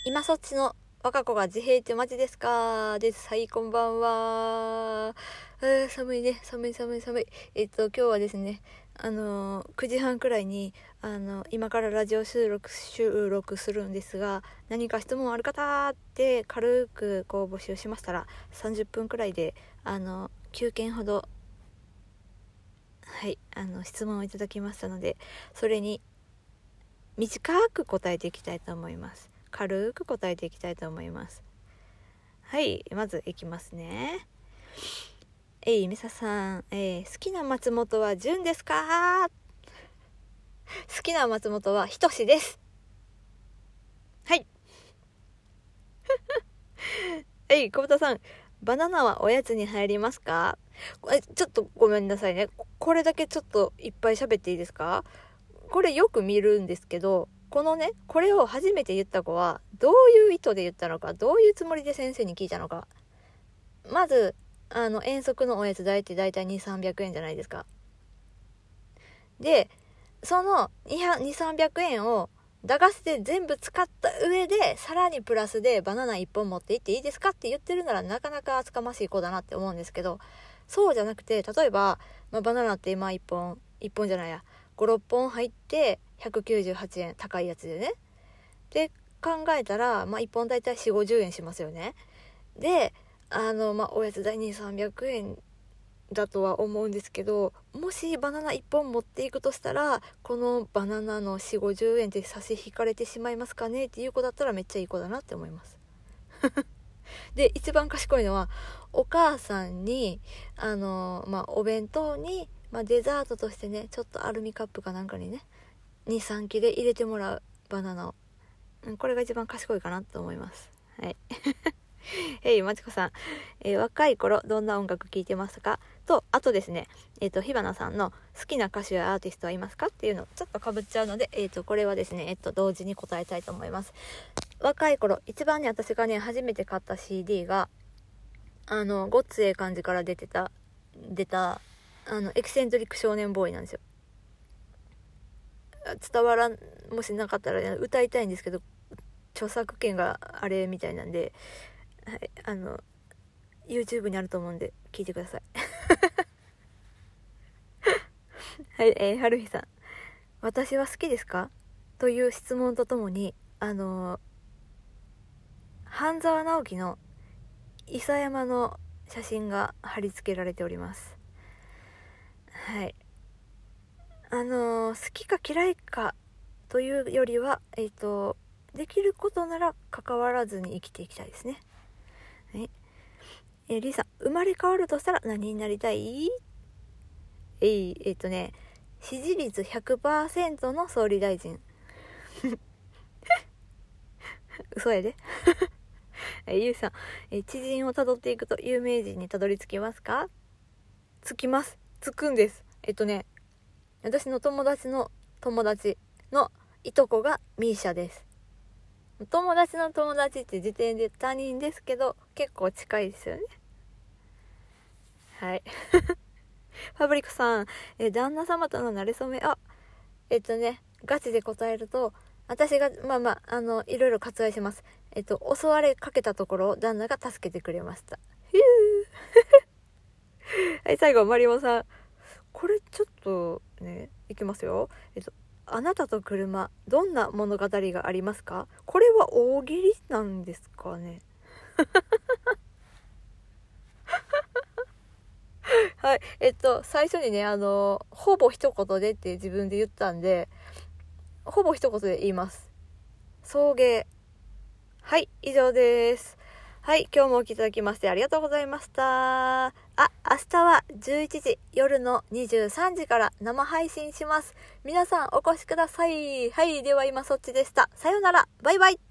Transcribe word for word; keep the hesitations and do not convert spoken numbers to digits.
今そっちの若子が自閉ってマジですかです。はい、こんばんは。えー、寒いね。寒い寒い寒い。えっと、今日はですね、あのー、くじはんくらいに、あのー、今からラジオ収録、収録するんですが、何か質問ある方って軽くこう募集しましたら、さんじゅっぷんくらいで、あのー、きゅうけんほど、はい、あの、質問をいただきましたので、それに短く答えていきたいと思います。軽く答えていきたいと思います。はい、まずいきますね。えい、みささん、えー、好きな松本は純ですか？好きな松本はひとしです。はい。えい、小豚さん、バナナはおやつに入りますか？え、ちょっとごめんなさいね。これだけちょっといっぱい喋っていいですか？これよく見るんですけど、このね、これを初めて言った子はどういう意図で言ったのか、どういうつもりで先生に聞いたのか。まずあの遠足のおやつ代ってだいたいにひゃくさんびゃくえんじゃないですか。でそのにひゃく、にひゃくさんびゃくえんを駄菓子で全部使った上でさらにプラスでバナナいっぽん持って行っていいですかって言ってるならなかなか厚かましい子だなって思うんですけど、そうじゃなくて、例えば、まあ、バナナって今いっぽんいっぽんじゃないやご、ろっぽん入ってひゃくきゅうじゅうはちえん、高いやつでね。で考えたら、まあ、いっぽんだいたいよんじゅう、ごじゅうえんしますよね。であの、まあ、おやつ代にひゃくさんびゃくえんだとは思うんですけど、もしバナナいっぽん持っていくとしたら、このバナナのよんじゅう、ごじゅうえんで差し引かれてしまいますかねっていう子だったらめっちゃいい子だなって思いますで一番賢いのはお母さんにあの、まあ、お弁当に、まあ、デザートとしてね、ちょっとアルミカップかなんかにね にさんきで入れてもらうバナナを、これが一番賢いかなと思います。はいえい、まちこさん、えー、若い頃どんな音楽聴いてますかと、あとですね、えっ、ー、と火花さんの好きな歌手やアーティストはいますかっていうのちょっとかぶっちゃうので、えっ、ー、とこれはですね、えっ、と同時に答えたいと思います。若い頃一番ね、私がね初めて買った シーディー があのごっつええ感じから出てた出たあのエキセントリック少年ボーイなんですよ。伝わらんもしなかったら、ね、歌いたいんですけど著作権があれみたいなんで、はい、あの YouTube にあると思うんで聞いてくださいはい、えー、はるひさん、私は好きですかという質問とともに、あのー、半沢直樹の伊佐山の写真が貼り付けられております。はい、あのー、好きか嫌いかというよりは、えっとできることなら関わらずに生きていきたいですね。はい、えー、リーさん、生まれ変わるとしたら何になりたい？えー、えー、っとね支持率 ひゃくパーセント の総理大臣嘘やでえー、ゆうさん、えー、知人をたどっていくと有名人にたどり着きますか？つきます。つくんです。えっとね私の友達の友達のいとこがミーシャです。友達の友達って時点で他人ですけど結構近いですよね。はいファブリックさん、え旦那様との馴れ初め、あえっとねガチで答えると、私がまあまああのいろいろ割愛します。えっと襲われかけたところを旦那が助けてくれました。ひゅーはい、最後マリモさん、これちょっとねいきますよ。えっとあなたと車、どんな物語がありますか？これは大喜利なんですかねはい、えっと最初にねあのほぼ一言でって自分で言ったんで、ほぼ一言で言います。送迎。はい、以上です。はい、今日もお聞きいただきましてありがとうございました。あ、明日はじゅういちじ、夜のにじゅうさんじから生配信します。皆さんお越しください。はい、では今そっちでした。さようなら、バイバイ。